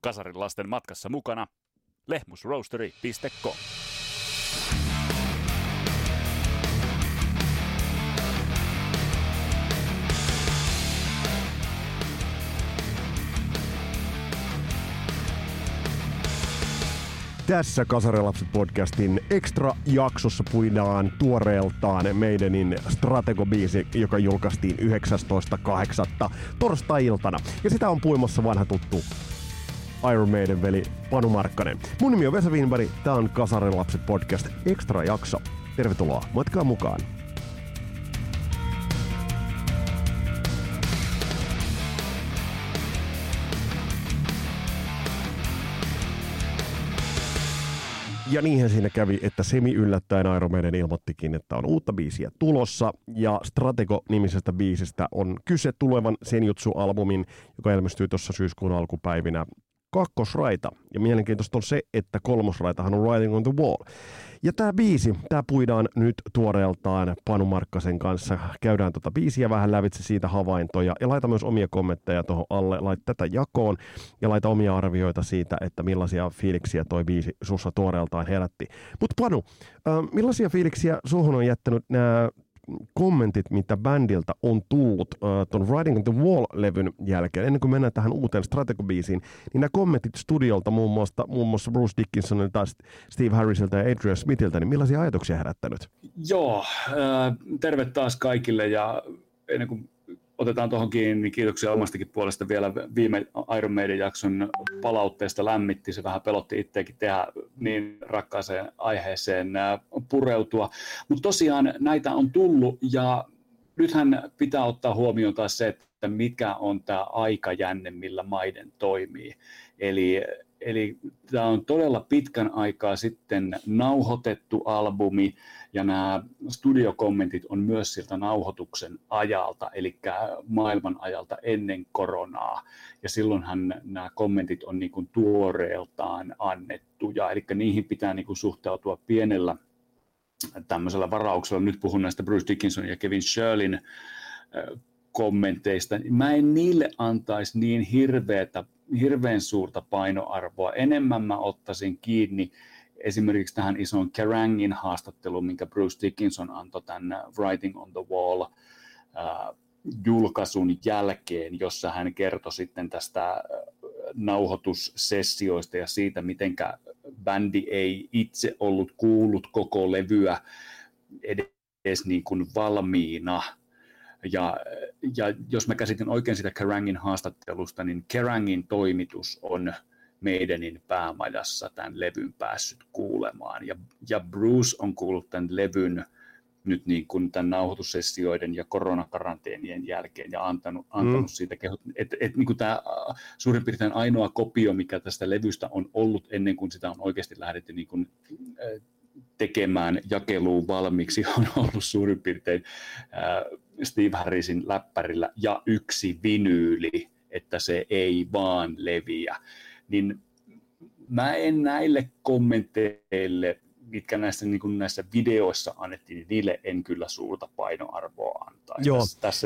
Kasarin lasten matkassa mukana lehmusroastery.com. Tässä Kasarilapset-podcastin extra-jaksossa puidaan tuoreeltaan meidänin Stratego-biisi, joka julkaistiin 19.8. torstai-iltana. Ja sitä on puimassa vanha tuttu Iron Maiden veli Panu Markkanen. Mun nimi on Vesa Wienberg, tää on Kasarilapset-podcast extra-jakso. Tervetuloa matkaan mukaan! Ja niinhän siinä kävi, että semi-yllättäen Iron Maiden ilmoittikin, että on uutta biisiä tulossa. Ja Stratego-nimisestä biisistä on kyse tulevan Senjutsu-albumin, joka ilmestyy tuossa syyskuun alkupäivinä, kakkosraita. Ja mielenkiintoista on se, että kolmosraitahan on Writing on the Wall. Ja tää biisi, tää puidaan nyt tuoreeltaan Panu Markkasen kanssa. Käydään tota biisiä vähän lävitse, siitä havaintoja ja laita myös omia kommentteja tuohon alle. Laita tätä jakoon ja laita omia arvioita siitä, että millaisia fiiliksiä toi biisi sussa tuoreeltaan herätti. Mutta Panu, millaisia fiiliksiä suhun on jättänyt nämä kommentit, mitä bändiltä on tullut ton Writing on the Wall-levyn jälkeen, ennen kuin mennään tähän uuteen Stratego-biisiin, niin nämä kommentit studiolta muun muassa Bruce Dickinsonilta, Steve Harrisilta ja Adrian Smithiltä, niin millaisia ajatuksia herättänyt? Joo, terve taas kaikille ja ennen kuin otetaan tuohon kiinni, niin kiitoksia omastakin puolesta vielä viime Iron Maiden jakson palautteesta lämmitti. Se vähän pelotti itseäkin tehdä niin rakkaaseen aiheeseen pureutua. Mutta tosiaan näitä on tullut ja nythän pitää ottaa huomioon taas se, että mikä on tämä aikajänne, millä Maiden toimii. Eli tämä on todella pitkän aikaa sitten nauhoitettu albumi, ja nämä studiokommentit on myös siltä nauhoituksen ajalta, eli maailman ajalta ennen koronaa. Ja silloinhan nämä kommentit on niin kuin tuoreeltaan annettuja, eli niihin pitää niin kuin suhtautua pienellä tämmöisellä varauksella. Nyt puhun näistä Bruce Dickinson ja Kevin Shirleyn kommenteista. Mä en niille antaisi niin hirveän suurta painoarvoa. Enemmän mä ottaisin kiinni esimerkiksi tähän isoon Kerrangin haastatteluun, minkä Bruce Dickinson antoi tämän Writing on the Wall julkaisun jälkeen, jossa hän kertoi sitten tästä nauhoitussessioista ja siitä, mitenkä bändi ei itse ollut kuullut koko levyä edes niin kuin valmiina. Ja jos mä käsitin oikein sitä Kerrangin haastattelusta, niin Kerrangin toimitus on Maidenin päämajassa tämän levyn päässyt kuulemaan. Ja Bruce on kuullut tämän levyn nyt niin kuin tämän nauhoitussessioiden ja koronakaranteenien jälkeen ja antanut siitä kehot. Että niin kuin tämä suurin piirtein ainoa kopio, mikä tästä levystä on ollut ennen kuin sitä on oikeasti lähdetty niin kuin tekemään jakeluun valmiiksi, on ollut suurin piirtein Steve Harrisin läppärillä ja yksi vinyyli, että se ei vaan leviä. Niin mä en näille kommenteille, mitkä näissä videoissa annettiin, niin niille en kyllä suurta painoarvoa antaisi tässä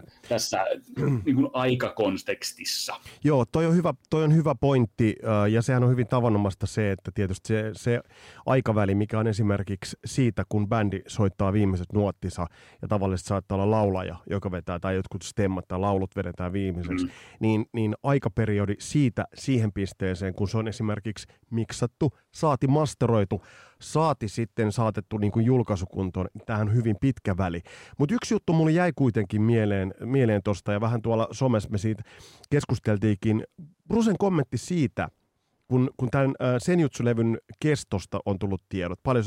niin kuin aikakontekstissa. Joo, toi on hyvä pointti, ja sehän on hyvin tavanomaista se, että tietysti se aikaväli, mikä on esimerkiksi siitä, kun bändi soittaa viimeiset nuottinsa, ja tavallisesti saattaa olla laulaja, joka vetää, tai jotkut stemmat tai laulut vedetään viimeiseksi, niin aikaperiodi siitä siihen pisteeseen, kun se on esimerkiksi miksattu, saati masteroitu, saati sitten saatettu niin kuin julkaisukuntoon, tähän on hyvin pitkä väli. Mutta yksi juttu mulle jäi kuitenkin mieleen tuosta, ja vähän tuolla somessa me siitä keskusteltiinkin. Brucen kommentti siitä, kun tämän Senjutsu-levyn kestosta on tullut tiedot. Paljon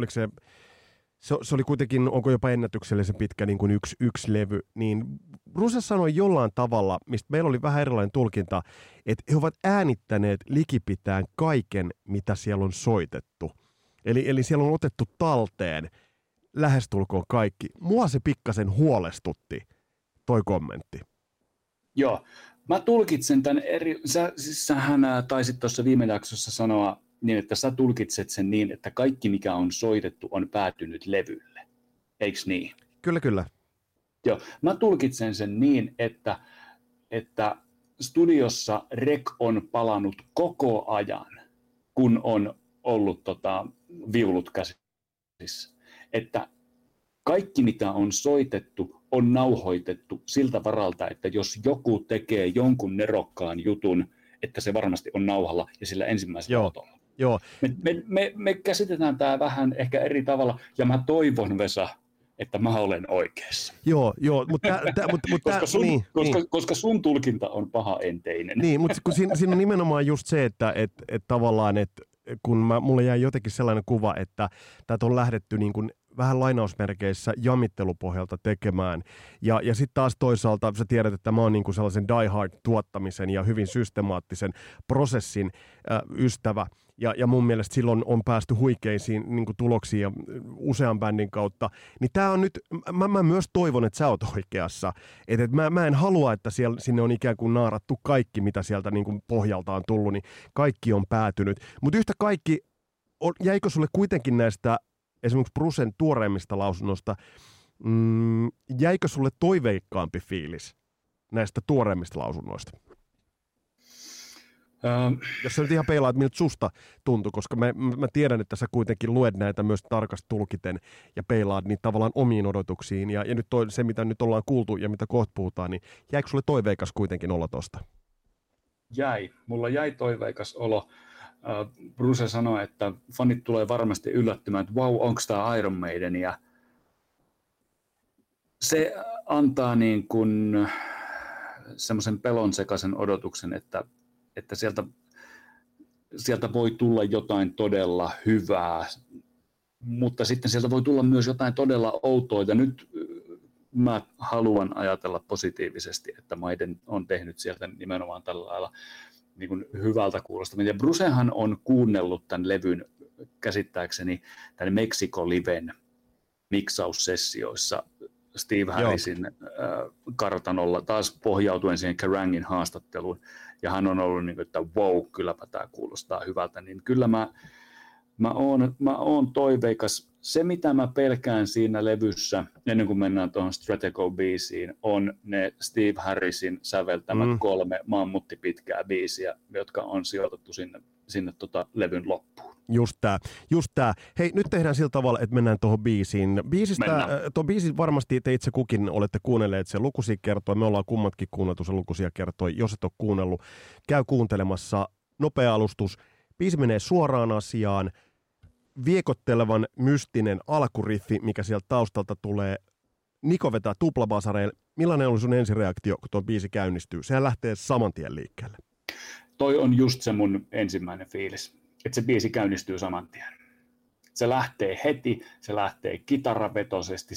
se oli kuitenkin, onko jopa ennätyksellisen pitkä niin kuin yksi levy, niin Bruce sanoi jollain tavalla, mistä meillä oli vähän erilainen tulkinta, että he ovat äänittäneet likipitään kaiken, mitä siellä on soitettu. Eli siellä on otettu talteen lähestulkoon kaikki. Mua se pikkasen huolestutti, toi kommentti. Joo, mä tulkitsen tämän sähän taisit tuossa viime jaksossa sanoa niin, että sä tulkitset sen niin, että kaikki mikä on soitettu on päätynyt levylle. Eiks niin? Kyllä. Joo, mä tulkitsen sen niin, että studiossa rek on palannut koko ajan, kun on ollut viulut käsissä. Että kaikki, mitä on soitettu, on nauhoitettu siltä varalta, että jos joku tekee jonkun nerokkaan jutun, että se varmasti on nauhalla ja sillä ensimmäisellä otolla. Joo. Me käsitetään tämä vähän ehkä eri tavalla, ja mä toivon, Vesa, että mä olen oikeassa. Joo, koska sun tulkinta on pahaenteinen. Niin, mutta kun siinä on nimenomaan just se, että tavallaan, että kun mulle jäi jotenkin sellainen kuva, että tätä on lähdetty niin kuin vähän lainausmerkeissä jamittelupohjalta tekemään. Ja sitten taas toisaalta sä tiedät, että mä oon niin kuin sellaisen die hard tuottamisen ja hyvin systemaattisen prosessin ystävä. Ja mun mielestä silloin on päästy huikeisiin niin kuin tuloksiin ja usean bändin kautta. Niin tää on nyt, mä myös toivon, että sä oot oikeassa. Että mä en halua, että sinne on ikään kuin naarattu kaikki, mitä sieltä niin kuin pohjalta on tullut, niin kaikki on päätynyt. Mutta yhtä kaikki, jäikö sulle kuitenkin näistä esimerkiksi Brucen tuoreimmista lausunnosta, jäikö sulle toiveikkaampi fiilis näistä tuoreimmista lausunnoista? Jos sä nyt ihan peilaat, miltä susta tuntui, koska mä tiedän, että sä kuitenkin luet näitä myös tarkasti tulkiten ja peilaat niitä tavallaan omiin odotuksiin. Ja nyt se, mitä nyt ollaan kuultu ja mitä kohta puhutaan, niin jäikö sulle toiveikas kuitenkin olo tosta? Mulla jäi toiveikas olo. Bruce sanoi, että fanit tulee varmasti yllättymään, että vau, onko tämä Iron Maiden? Ja se antaa niin kuin semmoisen pelonsekaisen odotuksen, että sieltä voi tulla jotain todella hyvää, mutta sitten sieltä voi tulla myös jotain todella outoa, ja nyt mä haluan ajatella positiivisesti, että Maiden on tehnyt sieltä nimenomaan tällä lailla niin kuin hyvältä kuulosta. Ja Brucehan on kuunnellut tämän levyn käsittääkseni tämän Meksiko-liven miksaussessioissa Steve Harrisin kartanolla, taas pohjautuen siihen Kerrangin haastatteluun, ja hän on ollut niin kuin, että wow, kylläpä tämä kuulostaa hyvältä, niin kyllä mä oon toiveikas. Se, mitä mä pelkään siinä levyssä, ennen kuin mennään tuohon Stratego-biisiin, on ne Steve Harrisin säveltämät 3 mammuttipitkää biisiä, jotka on sijoitettu sinne levyn loppuun. Just tää. Hei, nyt tehdään sillä tavalla, että mennään tuohon biisiin. Tuon biisin varmasti te itse kukin olette kuunnelleet, se lukuisia kertoi. Me ollaan kummatkin kuunneltu se lukuisia kertoi. Jos et ole kuunnellut, käy kuuntelemassa. Nopea alustus. Biisi menee suoraan asiaan. Viekottelevan mystinen alkuriffi, mikä sieltä taustalta tulee. Niko vetää tuplabasareilla. Millainen oli sun ensireaktio, kun tuo biisi käynnistyy? Sehän lähtee saman tien liikkeelle. Toi on just se mun ensimmäinen fiilis, että se biisi käynnistyy saman tien. Se lähtee heti, se lähtee kitaravetoisesti,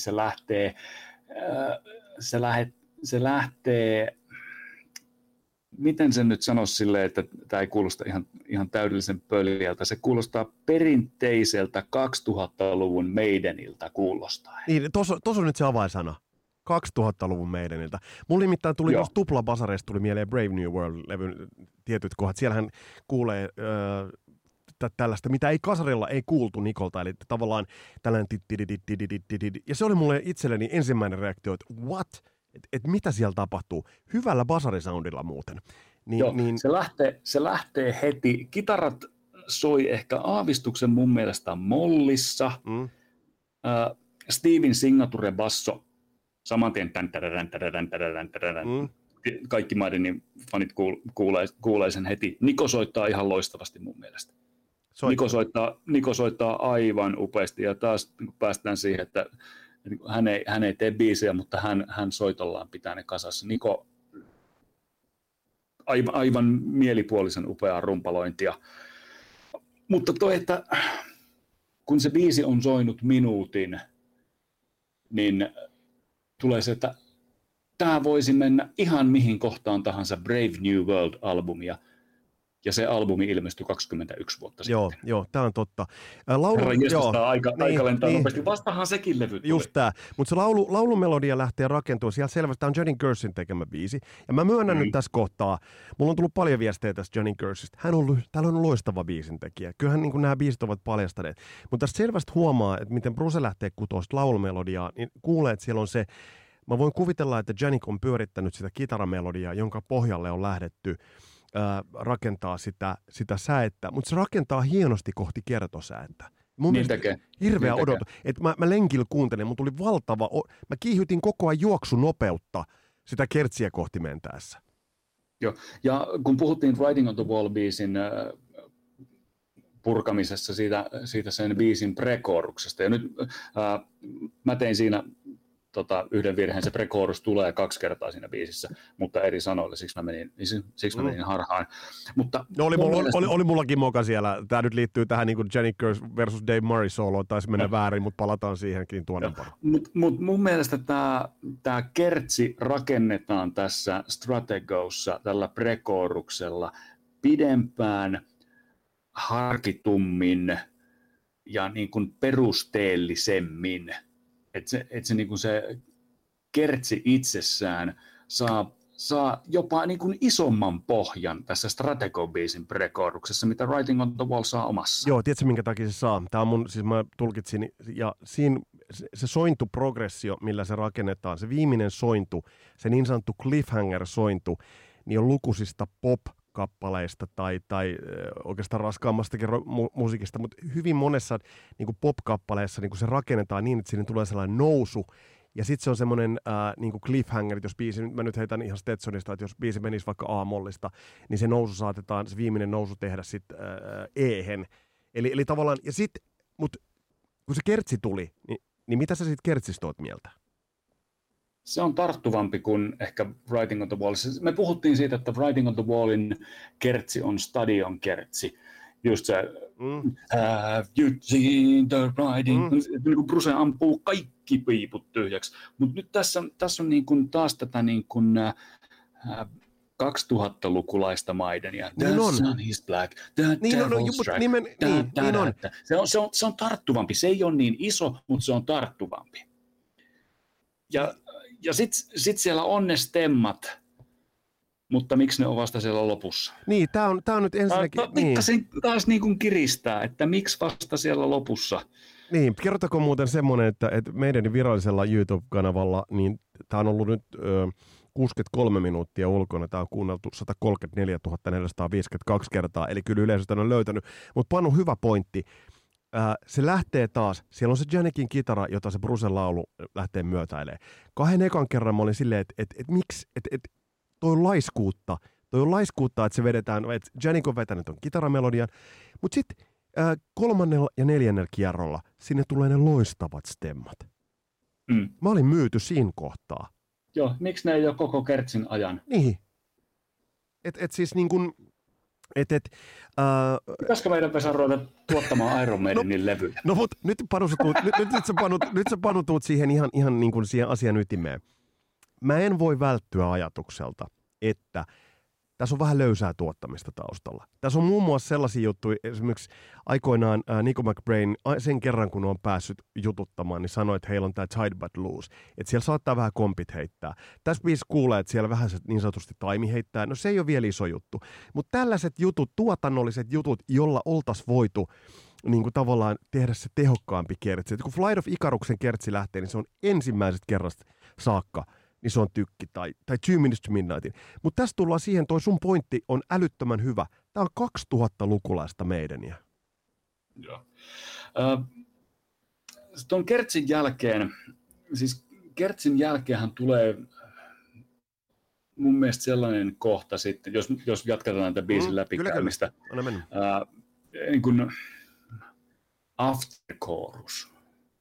se lähtee, miten sen nyt sanoisi silleen, että tämä ei kuulosta ihan täydellisen pöljältä, se kuulostaa perinteiseltä 2000-luvun Maideniltä kuulostaa. Niin, tuossa on nyt se avainsana. 2000-luvun Maideniltä. Mulla nimittäin tuli tuossa tuplabasareista tuli mieleen Brave New World-levyn tietyt kohdat. Siellähän kuulee tällaista, mitä ei kasarilla ei kuultu Nikolta, eli tavallaan tällainen ja se oli mulle itselleni ensimmäinen reaktio, että what? Että mitä siellä tapahtuu? Hyvällä basarisoundilla muuten. Niin... Se lähtee heti. Kitarat soi ehkä aavistuksen mun mielestä mollissa. Steven signature basso saman tien kaikki Maidenin fanit kuulee sen heti. Niko soittaa ihan loistavasti mun mielestä. Niko soittaa aivan upeasti, ja taas päästään siihen, että hän ei tee biisejä, mutta hän soitollaan pitää ne kasassa. Niko aivan mielipuolisen upeaa rumpalointia. Mutta että kun se biisi on soinut minuutin, niin tulee se, että tämä voisi mennä ihan mihin kohtaan tahansa Brave New World-albumia, ja se albumi ilmestyi 21 vuotta sitten. Joo, tämä on totta. Aika lentää nopeasti. Vastahan sekin levy tuli. Just tämä. Mutta se laulumelodia lähtee rakentumaan. Siellä selvästi tämä on Johnny Gersin tekemä biisi. Ja mä myönnän nyt tässä kohtaa. Mulla on tullut paljon viestejä tästä Johnny Gersista. Täällä on loistava biisintekijä. Kyllähän niin nämä biisit ovat paljastaneet. Mutta tästä selvästi huomaa, että miten Bruce lähtee kutoa laulumelodiaa, niin kuulee, että siellä on se mä voin kuvitella, että Janick on pyörittänyt sitä kitaramelodiaa, jonka pohjalle on lähdetty rakentaa sitä säettä, mutta se rakentaa hienosti kohti kertosäettä. Mun niin mielestä hirveä odotus. Mä lenkillä kuuntelin, mun tuli valtava, mä kiihytin koko ajan juoksunopeutta sitä kertsiä kohti mentäessä. Joo, ja kun puhuttiin Writing on the Wall-biisin purkamisessa siitä sen biisin prekoruksesta, ja nyt mä tein siinä yhden virheen, se prekorus tulee 2 kertaa siinä biisissä, mutta eri sanoilla, siksi mä menin harhaan. Mutta oli mullakin moka siellä. Tämä nyt liittyy tähän niin kuin Janick versus Dave Murray soloon, taisi mennä väärin, mutta palataan siihenkin tuonnempana. Mutta mun mielestä tämä kertsi rakennetaan tässä Strategossa tällä prekoruksella pidempään, harkitummin ja niin kuin perusteellisemmin. Että se, niin kuin se kertsi itsessään saa jopa niin kuin isomman pohjan tässä Stratego-biisin prekoruksessa, mitä Writing on the Wall saa omassa. Joo, tiedätkö minkä takia se saa? Tämä on siis mä tulkitsin, ja siinä se sointuprogressio, millä se rakennetaan, se viimeinen sointu, se niin sanottu cliffhanger-sointu, niin on lukuisista pop-kappaleista tai oikeastaan raskaammastakin musiikista, mutta hyvin monessa niin kuin pop-kappaleessa niin kuin se rakennetaan niin, että siinä tulee sellainen nousu, ja sitten se on semmoinen niin kuin cliffhanger, jos biisi, mä nyt heitän ihan Stetsonista, että jos biisi menisi vaikka A-mollista, niin se nousu saatetaan, se viimeinen nousu tehdä sitten E-hen. Eli tavallaan, ja sitten, mutta kun se kertsi tuli, niin mitä sä siitä kertsistä oot mieltä? Se on tarttuvampi kuin ehkä Writing on the Wall. Me puhuttiin siitä, että Writing on the Wallin kertsi on stadion kertsi. Just se, have you seen the writing? Niin kuin Bruce ampuu kaikki piiput tyhjäksi. Mutta nyt tässä on niin kuin taas tätä niin kuin 2000-lukulaista Maidenia. Niin on. The sun is black, the niin devil's track. Niin on. Se on tarttuvampi. Se ei ole niin iso, mutta se on tarttuvampi. Ja sit siellä on ne stemmat, mutta miksi ne on vasta siellä lopussa? Niin, tää on nyt ensinnäkin... Pikkasen taas niin kuin kiristää, että miksi vasta siellä lopussa? Niin, kerrotako muuten semmoinen, että meidän virallisella YouTube-kanavalla, niin tää on ollut nyt 63 minuuttia ulkona, tää on kuunneltu 134 452 kertaa, eli kyllä yleisö tämän on löytänyt. Mutta Panu, hyvä pointti. Se lähtee taas, siellä on se Janickin kitara, jota se Brucen laulu lähtee myötäilemään. 2 ekan kerran mä olin silleen, että miksi, toi on laiskuutta, että se vedetään, että Janick on vetänyt ton kitaramelodian, mutta sitten 3. ja 4. kierrolla sinne tulee ne loistavat stemmat. Mä olin myyty siinä kohtaa. Joo, miksi ne ei ole koko kertsin ajan? Niin. Et siis niin kuin... Pitäisikö meidän Vesa ruveta tuottamaan Iron Maidenin levyjä? No mutta nyt sä panutuut siihen ihan niin kuin siihen asian ytimeen. Mä en voi välttyä ajatukselta, että tässä on vähän löysää tuottamista taustalla. Tässä on muun muassa sellaisia juttuja, esimerkiksi aikoinaan Nico McBrain, sen kerran kun on päässyt jututtamaan, niin sanoi, että heillä on tämä Tide But Loose. Että siellä saattaa vähän kompit heittää. Tässä biisissä kuulee, että siellä vähän niin sanotusti taimi heittää. No se ei ole vielä iso juttu. Mutta tällaiset jutut, tuotannolliset jutut, jolla oltaisiin voitu niin kuin tavallaan tehdä se tehokkaampi kertsi. Että kun Flight of Icaruksen kertsi lähtee, niin se on ensimmäisestä kerrasta saakka. Niin se on tykki, tai 2 Minutes to Midnightin. Mutta tässä tullaan siihen, toi sun pointti on älyttömän hyvä. Tämä on 2000-lukulaista meidäniä. Joo. Tuon kertsin jälkeenhän tulee mun mielestä sellainen kohta sitten, jos jatketaan tätä biisin läpikäymistä, niin kuin after chorus.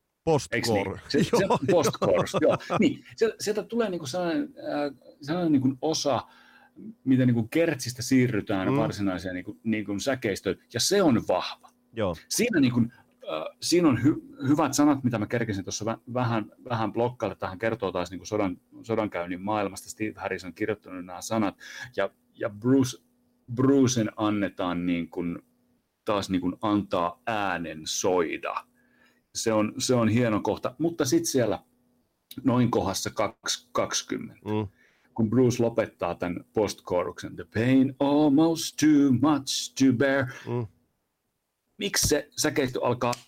Post-chorus, joo. Niin, sieltä tulee niinku sellainen niinku osa, mitä niinku kertsistä siirrytään varsinaiseen niinku säkeistöön, ja se on vahva. Joo. Siinä on hyvät sanat, mitä mä kerkesin tuossa vähän blokkailla. Tähän kertoo taas niinku sodankäynnin maailmasta. Steve Harris on kirjoittanut nämä sanat, ja Brucen annetaan taas antaa äänen soida. Se on hieno kohta, mutta sitten siellä noin kohdassa 20, kun Bruce lopettaa tämän post-choruksen, the pain almost too much to bear. Miksi se säkeistö alkaa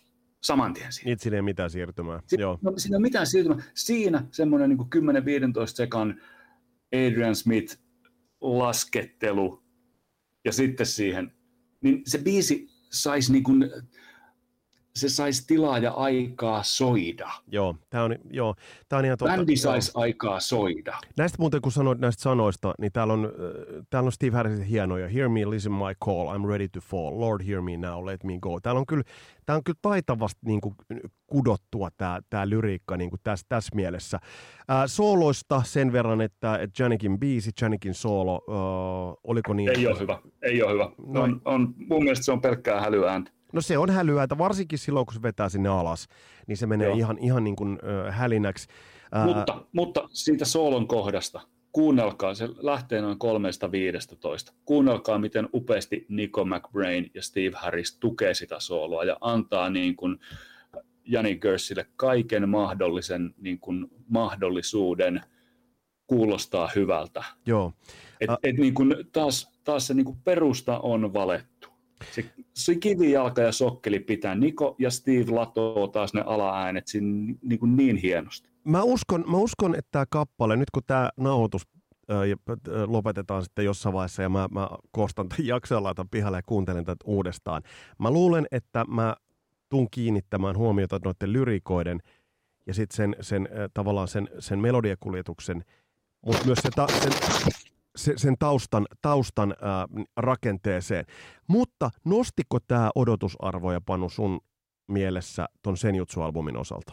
saman tien siinä. Nyt siinä ei mitään siirtymää. Joo. No, siinä ei ole mitään siirtymää. Siinä semmoinen niin 10-15 sekan Adrian Smith laskettelu ja sitten siihen, niin se biisi saisi niin kuin, se saisi tilaa ja aikaa soida. Joo, tämä on ihan totta. Bändi saisi aikaa soida. Näistä muuten, kun sanoit näistä sanoista, niin täällä on Steve Harrisin hienoja. Hear me, listen my call, I'm ready to fall. Lord, hear me now, let me go. Tää on kyllä taitavasti niin kuin kudottua tämä lyriikka niin kuin tässä mielessä. Sooloista sen verran, että Janikin biisi, Janikin soolo, oliko niin? Ei ole hyvä. Mun mielestä se on pelkkää hälyääntä. No se on hälyääntä, varsinkin silloin, kun se vetää sinne alas, niin se menee ihan niin kuin hälinäksi. Mutta siitä soolon kohdasta, kuunnelkaa, se lähtee noin 3:15. Kuunnelkaa, miten upeasti Nico McBrain ja Steve Harris tukee sitä sooloa ja antaa niin kuin Jani Gershille kaiken mahdollisen niin kuin mahdollisuuden kuulostaa hyvältä. Joo. Niin kuin taas se niin kuin perusta on valettu. Se kivijalka ja sokkeli pitää. Niko ja Steve latoo taas ne alaäänet niin hienosti. Mä uskon, että tämä kappale, nyt kun tämä nauhoitus lopetetaan sitten jossain vaiheessa ja mä koostan tämän jakson, laitan pihalle ja kuuntelen tätä uudestaan. Mä luulen, että mä tuun kiinnittämään huomiota noiden lyrikoiden ja sitten tavallaan sen melodiakuljetuksen, mutta myös sen taustan rakenteeseen. Mutta nostiko tämä odotusarvoja, Panu, sun mielessä ton Senjutsu-albumin osalta?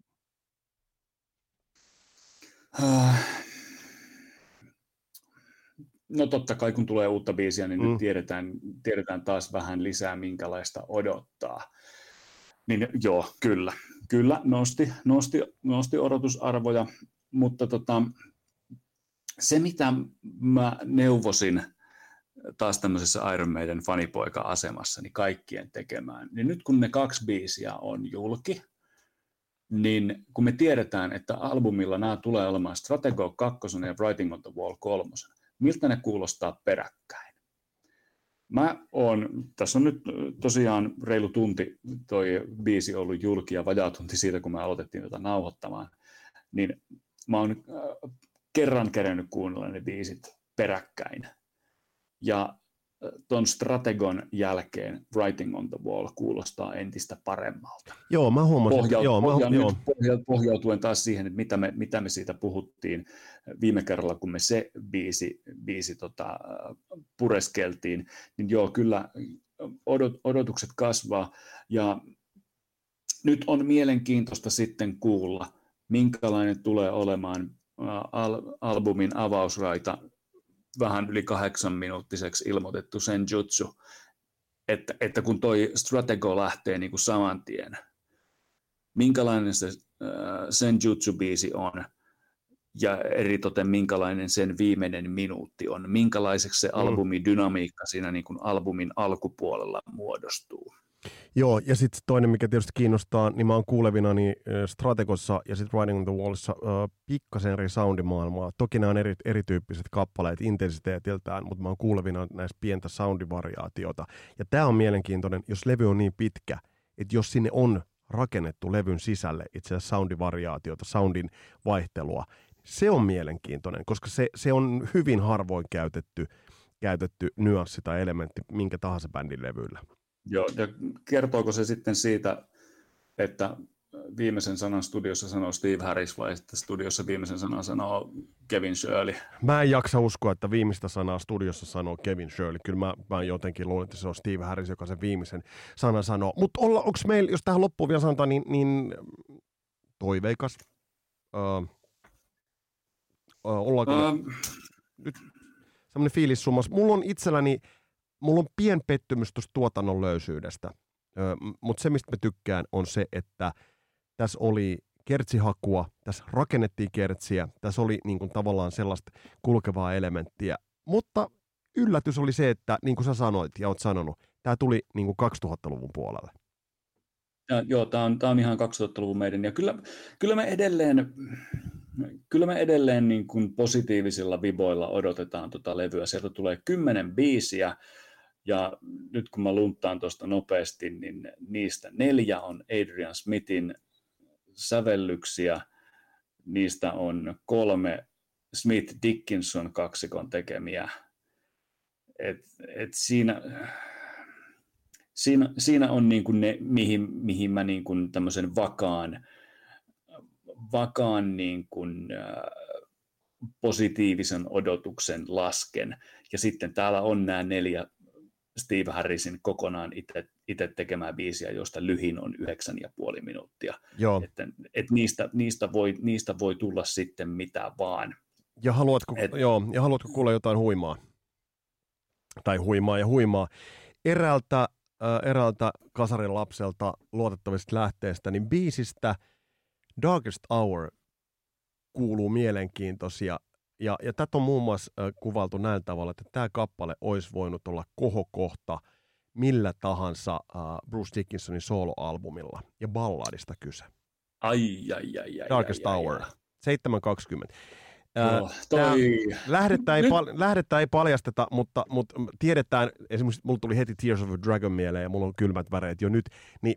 No totta kai, kun tulee uutta biisiä, niin nyt tiedetään taas vähän lisää, minkälaista odottaa. Niin joo, kyllä nosti odotusarvoja, mutta se, mitä mä neuvosin taas tämmöisessä Iron Maiden fanipoika-asemassa niin kaikkien tekemään, niin nyt kun ne 2 biisiä on julki, niin kun me tiedetään, että albumilla nämä tulee olemaan Stratego 2 ja Writing on the Wall 3, miltä ne kuulostaa peräkkäin? Tässä on nyt tosiaan reilu tunti toi biisi ollut julki ja vajaa tunti siitä, kun me aloitettiin tätä nauhoittamaan, niin mä oon kerran kerennyt kuunnella ne biisit peräkkäin. Ja ton Strategon jälkeen Writing on the Wall kuulostaa entistä paremmalta. Joo, mä huomasin. Pohjautuen taas siihen, että mitä me siitä puhuttiin viime kerralla, kun me se biisi pureskeltiin, niin joo, kyllä odotukset kasvaa. Ja nyt on mielenkiintoista sitten kuulla, minkälainen tulee olemaan albumin avausraita, vähän yli 8-minuuttiseksi ilmoitettu Senjutsu, että kun toi Stratego lähtee niin kuin saman tien, minkälainen se Senjutsu-biisi on, ja eritoten minkälainen sen viimeinen minuutti on, minkälaiseksi se albumin dynamiikka siinä niin kuin albumin alkupuolella muodostuu. Joo, ja sitten toinen, mikä tietysti kiinnostaa, niin mä oon kuulevina niin Strategossa ja sitten Writing on the Wallissa pikkasen eri soundimaailmaa. Toki nämä on erityyppiset kappaleet intensiteetiltään, mutta mä oon kuulevina näistä pientä soundivariaatiota. Ja tämä on mielenkiintoinen, jos levy on niin pitkä, että jos sinne on rakennettu levyn sisälle itse asiassa soundivariaatiota, soundin vaihtelua, se on mielenkiintoinen, koska se on hyvin harvoin käytetty nyanssi tai elementti minkä tahansa bändin levyllä. Joo, ja kertooko se sitten siitä, että viimeisen sanan studiossa sanoo Steve Harris vai että studiossa viimeisen sanan sanoo Kevin Shirley? Mä en jaksa uskoa, että viimeistä sanaa studiossa sanoo Kevin Shirley. Kyllä mä jotenkin luulen, että se on Steve Harris, joka sen viimeisen sanan sanoo. Mutta onko meillä, jos tähän loppuun vielä sanotaan, niin toiveikas? Ollaanko nyt semmoinen fiilis summassa? Mulla on pien pettymys tuosta tuotannon löysyydestä, mutta se, mistä mä tykkään, on se, että tässä oli kertsihakua, tässä rakennettiin kertsiä, tässä oli niin kuin tavallaan sellaista kulkevaa elementtiä, mutta yllätys oli se, että niin kuin sä sanoit ja oot sanonut, tämä tuli niin kuin 2000-luvun puolelle. Joo, tämä on ihan 2000-luvun meidän, ja kyllä me edelleen niin kuin positiivisilla viboilla odotetaan tota levyä. Sieltä tulee 10 biisiä, Ja nyt kun mä lunttaan tuosta nopeasti, niin niistä 4 on Adrian Smithin sävellyksiä, niistä on 3 Smith Dickinson kaksikon tekemiä. Siinä on niin kuin ne, mihin mä niin kuin tämmöisen vakaan niin kuin, positiivisen odotuksen lasken. Ja sitten täällä on nämä 4 Steve Harrisin kokonaan itse tekemää biisiä, josta lyhin on 9,5 minuuttia. Että niistä voi tulla sitten mitä vaan. Ja haluatko kuulla jotain huimaa? Tai huimaa. Eräältä kasarin lapselta luotettavista lähteestä, niin biisistä Darkest Hour kuuluu mielenkiintoisia. Ja tätä on muun muassa kuvailtu näin tavalla, että tämä kappale olisi voinut olla kohokohta millä tahansa Bruce Dickinsonin soloalbumilla. Ja balladista kyse. Darkest Hour. 7.20. Lähdettä ei paljasteta, mutta tiedetään, esimerkiksi mulla tuli heti Tears of a Dragon mieleen ja mulla on kylmät väreet jo nyt, niin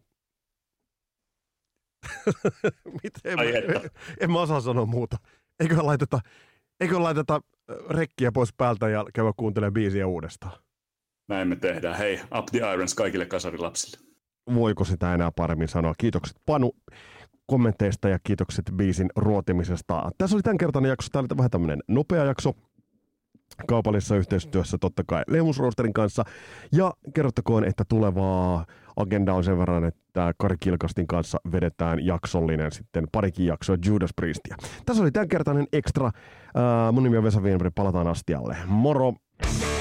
en mä osaa sanoa muuta. Eikö laiteta rekkiä pois päältä ja käydä kuuntelemaan biisiä uudestaan? Näin me tehdään. Hei, Up the Irons kaikille kasarilapsille. Voiko sitä enää paremmin sanoa? Kiitokset Panu kommenteista ja kiitokset biisin ruotimisesta. Tässä oli tämänkertainen jakso. Tämä oli vähän tämmöinen nopea jakso kaupallisessa yhteistyössä totta kai Lemus Roasterin kanssa. Ja kerrottakoon, että tulevaa agenda on sen verran, että Kari Kilkastin kanssa vedetään jaksollinen sitten parikin jaksoa Judas Priestia. Tässä oli tämänkertainen extra. Mun nimi on Vesa Wienberg. Palataan astialle. Moro!